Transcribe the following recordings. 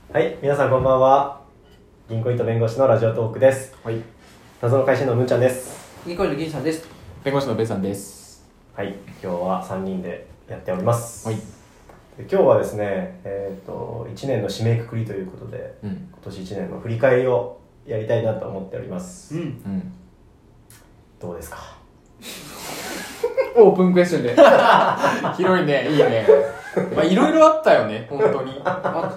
はい、皆さんこんばんは。銀行員と弁護士のラジオトークです。 はい。 謎の会社のむんちゃんです。 銀行員の銀さんです。 弁護士のベイさんです。 はい、今日は3人でやっております。 はい。 で今日はですね、1年の締めくくりということで、今年1年の振り返りをやりたいなと思っております。どうですか？ オープンクエスチョンで広いね、いいね。まあいろいろあったよね、本当に。 あった。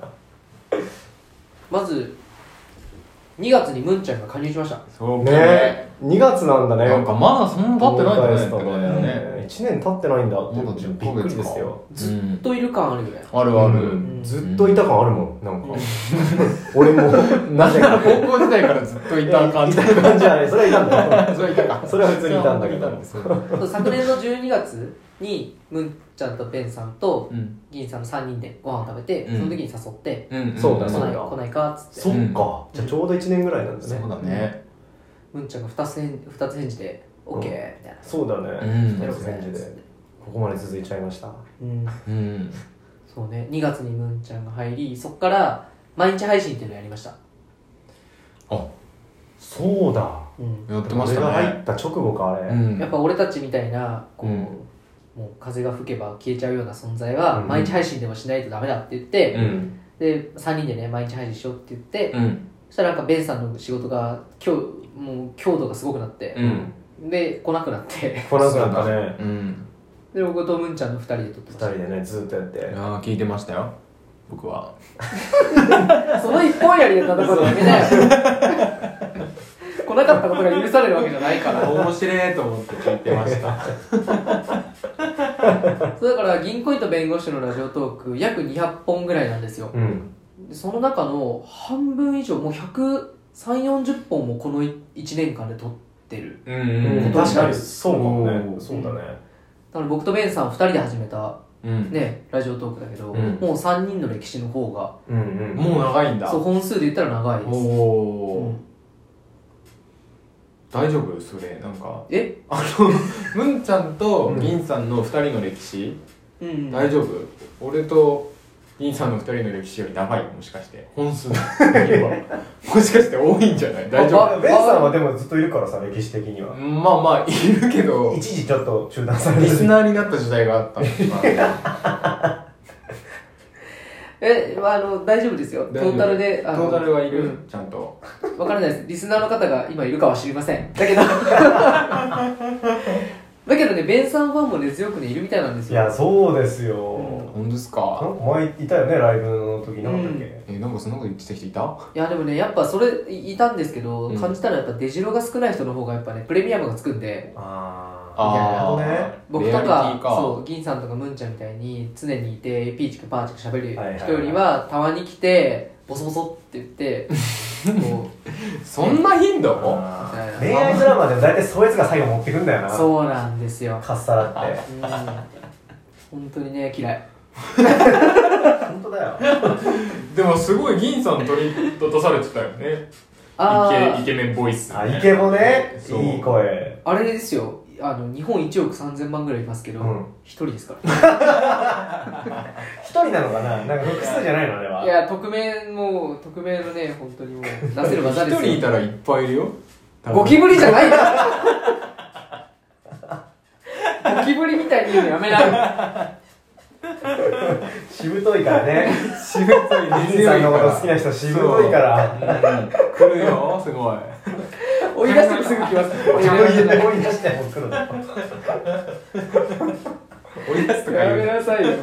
まず2月にむんちゃんが加入しました。 そうね。2月なんだね。 なんかまだそんな経ってないんだね。1年経ってないんだってびっくりですよ。 ずっといる感あるよね。 あるある。 ずっといた感あるもん、なんか。俺もなぜか高校時代からずっといた感じ。 いた感じはね、それはいたんだ。 それはいたか。 それは普通にいたんだけど。 昨年の12月にむんちゃんとベンさんと銀さんの3人でご飯を食べて、その時に誘って、 そうだ来ないかっつって。 そっか。じゃあちょうど1年ぐらいなんだね。 そうだね。 むんちゃんが2つ返事で OK みたいな。 そうだね。 2 つ返事でここまで続いちゃいました。 そうね。2月にむんちゃんが入り、そっから毎日配信っていうのをやりました。 あ、そうだ。 やってましたね。 俺が入った直後かあれ。 やっぱ俺たちみたいなこう、もう風が吹けば消えちゃうような存在は毎日配信でもしないとダメだって言って、で3人でね毎日配信しようって言って、そしたらなんかベンさんの仕事がもう強度がすごくなって、で来なくなって来なくなったね。 で僕とむんちゃんの2人で撮ってました。 2人でねずっとやって。 ああ聞いてましたよ僕は。 その一本やりで戦うのやめなよ。来なかったことが許されるわけじゃないから。 面白いと思って聞いてました。 そうだから銀行員と弁護士のラジオトーク約200本ぐらいなんですよ。でその中の半分以上もう130-140本もこの1年間で撮ってる。 確かにそうかもね。そうだね。 だから僕とベンさん2人で始めたね、ラジオトークだけど、もう3人の歴史の方がもう長いんだ。 そう本数で言ったら長いです。 大丈夫それなんかむんちゃんと銀さんの2人の歴史、大丈夫？俺と銀さんの2人の歴史より長い？もしかして本数もしかして多いんじゃない？大丈夫？ ベンさんはでもずっといるからさ、歴史的には。 まあまあいるけど一時ちょっと中断されてリスナーになった時代があったんですか？ 大丈夫ですよ。トータルでトータルはいる、ちゃんとわからないです。リスナーの方が今いるかは知りません。だけどだけどね、ベンさんファンも根強くねいるみたいなんですよ。 いや、そうですよ。 本当ですか？ 前いたよね、ライブの時なんだっけ。 なんかそんなこと言ってた人いた？ いやでもね、やっぱそれいたんですけど、感じたらやっぱ出城が少ない人の方がやっぱねプレミアムがつくんで。僕とかそう銀さんとかむんちゃんみたいに常にいてピーチクパーチク喋る人よりはたまに来てボソボソって言ってこうそんな頻度？ 恋愛ドラマでも大体そいつが最後持ってくんだよな。 そうなんですよ。 かっさらって本当にね嫌い。 本当だよ。 でもすごい銀さん取り立たされてたよね。イケメンボイス、 イケボね。いい声。 あれですよ、日本1億3000万ぐらいいますけど、一人ですから一人なのかな。なんか複数じゃないのあれは。 いや匿名のね本当にもう出せる技ですよ。 一人いたらいっぱいいるよ。 ゴキブリじゃないゴキブリみたいに言うのやめな。 しぶといからね。 しぶといね。 銀さんのこと好きな人しぶといから。 来るよすごい。 追い出してもすぐ来ます。 追い出しても来るの。 追い出すとかやめなさいよ。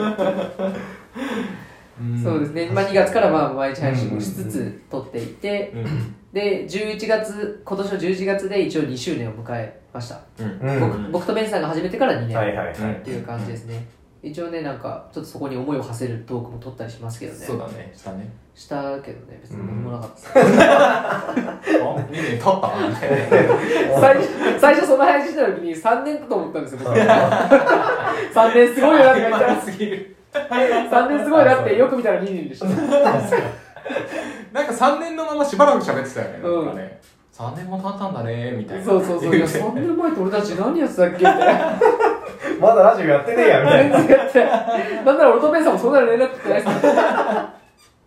そうですね。2月から毎日配信をしつつ撮っていて、で今年の11月で一応2周年を迎えました。僕とベンさんが始めてから2年っていう感じですね。一応ね、なんかちょっとそこに思いを馳せるトークも撮ったりしますけどね。 そうだね、 したけどね、別に何もなかったです。 2年経ったかな。 最初その話した時に3年だと思ったんですよ、僕。3年すごいなって言ったら3年すごいなってよく見たら2年でした。 なんか3年のまましばらく喋ってたよね。なんかね、3年も経ったんだねみたいな。 そう。いや3年前って俺たち何やってたっけみたいな。 まだラジオやってねえやみたいな。 なんなら俺とベンさんもそんなに連絡取ってないですから。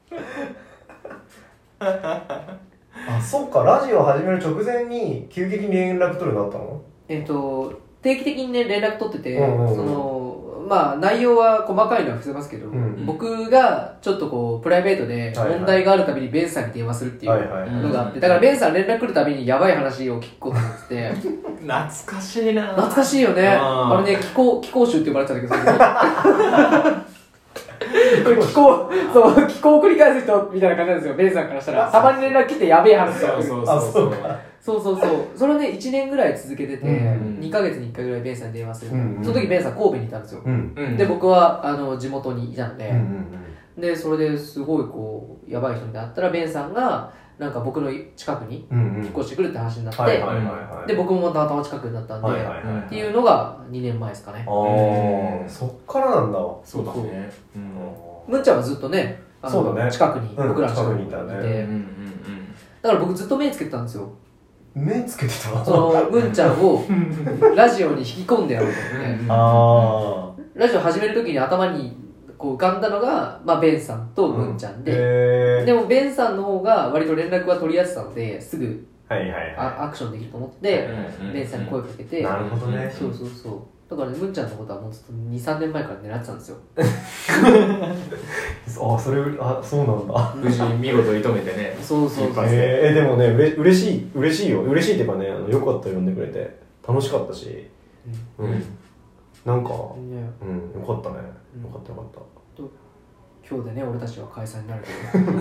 あ、そうか、ラジオ始める直前に急激に連絡取るようになったの？ 定期的にね連絡取ってて、まあ内容は細かいのは伏せますけど、僕がちょっとこうプライベートで問題があるたびにベンさんに電話するっていうのがあって、だからベンさん連絡来るたびにやばい話を聞くことになってて懐かしいな。 懐かしいよね。あれね、気候集って呼ばれてたんだけど気候を繰り返す人みたいな感じなんですよ、ベンさんからしたら。たまに連絡来てやべえ話だよ。そうそれをね1年ぐらい続けてて、2ヶ月に1回ぐらいベンさんに電話する、その時ベンさん神戸にいたんですよ、で僕は地元にいたので、でそれですごいこうやばい人みたいになったらベンさんがなんか僕の近くに引っ越してくるって話になって、で僕もたまたま近くになったんで、っていうのが2年前ですかね。 そっからなんだ。 そうだね。 むんちゃんはずっとね、近くに僕らの近くにいて、だから僕ずっと目つけてたんですよ。 目つけてた？ むんちゃんをラジオに引き込んでやろうと思って、ラジオ始める時に頭にこう浮かんだのが、まあ、ベンさんとむんちゃんで、でもベンさんの方が割と連絡は取りやすさのですぐアクションできると思って、ベンさんに声かけて、 なるほどね。 そうだからね、むんちゃんのことはもうずっと 2,3 年前から狙ってたんですよそうなんだ。 無事見事射止めてね。 そうでもね、嬉しいよ。嬉しいっていうかね、よかったよ、呼んでくれて楽しかったし、なんか、よかったね。よかった今日でね、俺たちは解散になるけど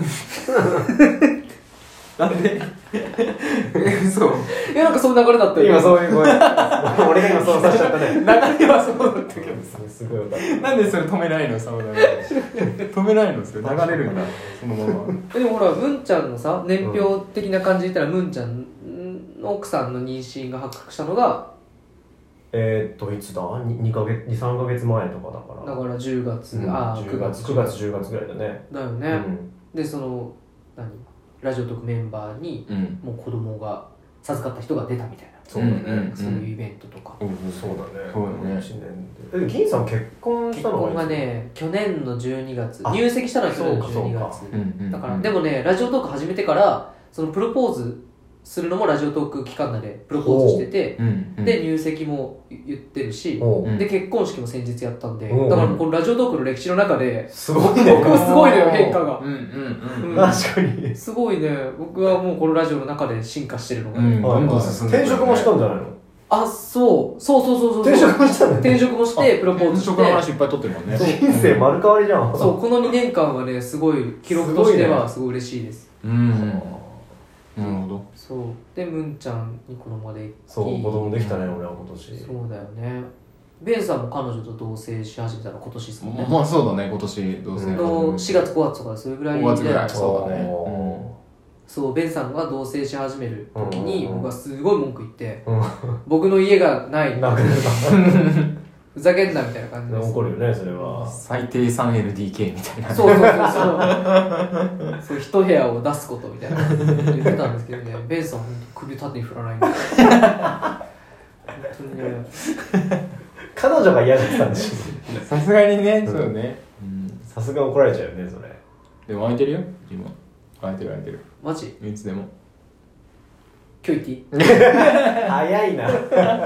なんでそういや、なんかそういう流れだったよ。 今そういう声俺が今そうさせちゃったね。 流れはそうだったけどすごいよかった。 なんでそれ止めないの？サウナ止めないの？それ流れるんだ、そのまま。 でもほら、むんちゃんのさ、年表的な感じで言ったら、むんちゃんの奥さんの妊娠が発覚したのがいつだ 2ヶ月、2、3ヶ月前とかだから。 だから10月、 9月、10月ぐらいだね。 だよね。で、ラジオトークメンバーに、もう子供が授かった人が出たみたいな。そういうイベントとか。 そうだね。銀さん結婚したのが結婚がね、去年の12月。入籍したのは去年の12月。だから、でもね、ラジオトーク始めてから、プロポーズするのもラジオトーク期間内でプロポーズしてて、で入籍も言ってるし、で結婚式も先日やったんで、だからこのラジオトークの歴史の中ですごいね。 僕もすごいのよ、変化が。 確かにすごいね。僕はもうこのラジオの中で進化してるのがね、 どんどん進んでる。転職もしたんじゃないの？ そう転職もしたんだね。 転職もしてプロポーズして、 転職の話いっぱい取ってるもんね。 人生丸変わりじゃん。 そう、この2年間はね、すごい記録としてはすごい嬉しいです。 なるほど。 そうで、むんちゃんに子供でき、 そう、子供できたね、俺は今年。 そうだよね。ベンさんも彼女と同棲し始めたの今年ですもんね。 まあそうだね、今年同棲の4月5月とかそれぐらいで、 5月ぐらい、そうだね。 そう、ベンさんが同棲し始める時に僕はすごい文句言って、僕の家がないふざけんなみたいな感じです。 怒るよね、それは。 最低 3LDK みたいな。 そう一部屋を出すことみたいな言ってたんですけどね、ベンさん本当首縦に振らないんで本当にね。 彼女が嫌だったんでしょ。 さすがにね、そうね。 さすが怒られちゃうよね、それ。 でも空いてるよ、自分。空いてる。 マジ？ いつでも。 今日行っていい？ 早いな。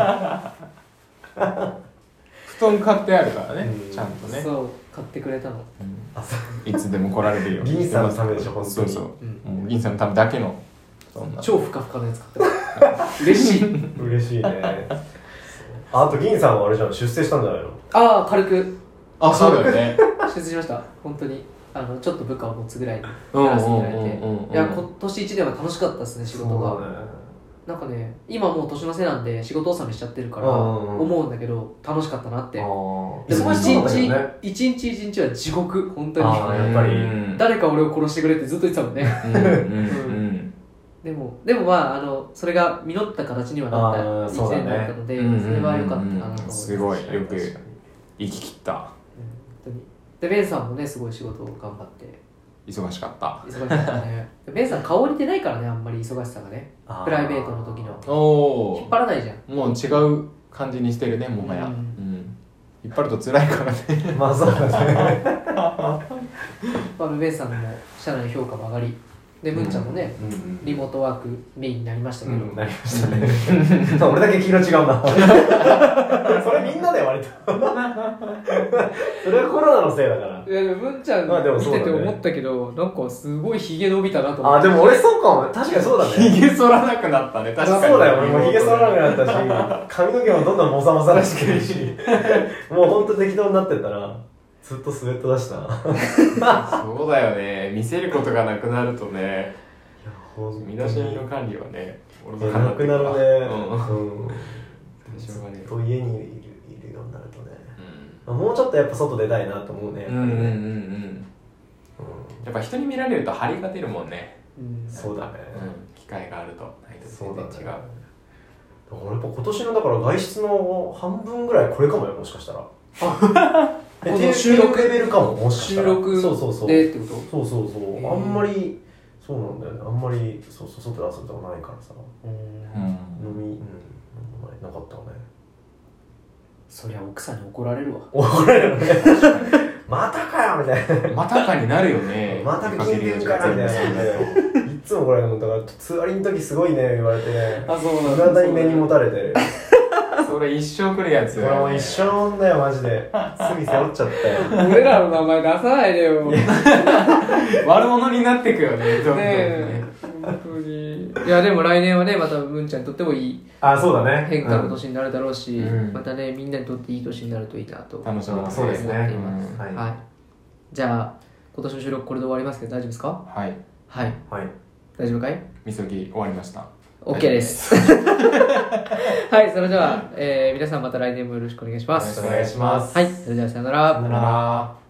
布団買ってあるからね、ちゃんとね。 そう、買ってくれたの。 いつでも来られるよ。 銀さんのためでしょ、本当に。 そう。銀さんのためだけの。 超ふかふかのやつ買って嬉しい。 嬉しいね。あと銀さんはあれじゃん、出世したんじゃないの？ 軽く。 そうだよね。 出世しました。本当にちょっと部下を持つぐらいにやらせていただいて、いや今年1年は楽しかったですね、仕事が。なんかね、今もう年の瀬なんで仕事納めしちゃってるから思うんだけど、楽しかったなって。でも一日は地獄、本当に。 やっぱり誰か俺を殺してくれってずっと言ってたもんね。でもまあそれが実った形にはなった1年だったので、それは良かったかなと思います。 すごいよく生き切った。 本当に。でベンさんもね、すごい仕事を頑張って忙しかったね。ベンさん顔似てないからね、あんまり忙しさがね、プライベートの時の引っ張らないじゃん。 もう違う感じにしてるね、もはや。引っ張ると辛いからね。 まあそうだね。 ベンさんの社内の評価も上がりで、文ちゃんもね、リモートワークメインになりましたけど、 なりましたね俺だけ黄色違うなそれみんなで割とそれはコロナのせいだから。 いやでも文ちゃん見てて思ったけど、なんかすごいヒゲ伸びたなと思って。 でも俺そうかも。確かにそうだね。 ヒゲ剃らなくなったね。確かにそうだよ。俺もヒゲ剃らなくなったし、髪の毛もどんどんモサモサらしくなるしもうほんと適当になってったらずっとスウェットだしなそうだよね。見せることがなくなるとね、身だしなみの管理はね、 俺もなくなるね。 しょうがね。 ずっと家にいるようになるとね、もうちょっとやっぱ外出たいなと思うね。 やっぱ人に見られると張りが出るもんね。 そうだね。 機会があるとないと全然違う。 俺やっぱ今年のだから外出の半分ぐらいこれかもよ、もしかしたら。 この収録レベルかも、もしかしたら。 収録でってこと？ そう。あんまりそうなんだよね。あんまり外で遊んだことないからさ。飲みなかったわね。 そりゃ奥さんに怒られるわ。 怒られるね。またかよみたいな。 またかになるよね。 また金券かみたいな。いつもこれだからツアリの時すごいね言われてね。 そうなんだ。未だに根に持たれて。 それ一生来るやつよ。 これもう一生なんだよマジで。罪背負っちゃったよ。 俺らの名前出さないでよ。 悪者になってくよね。どんどんね。本当に。いやでも来年はね、また文ちゃんにとってもいいそうだね、 変化の年になるだろうし、またねみんなにとっていい年になるといいなと楽しみそうですね。 はい。じゃあ今年の収録これで終わりますけど大丈夫ですか？ はい。 大丈夫かい？ みそぎ終わりました。 OK です。はい、それでは、皆さんまた来年もよろしくお願いします。 お願いします。 はい、それではさよなら。 さよなら。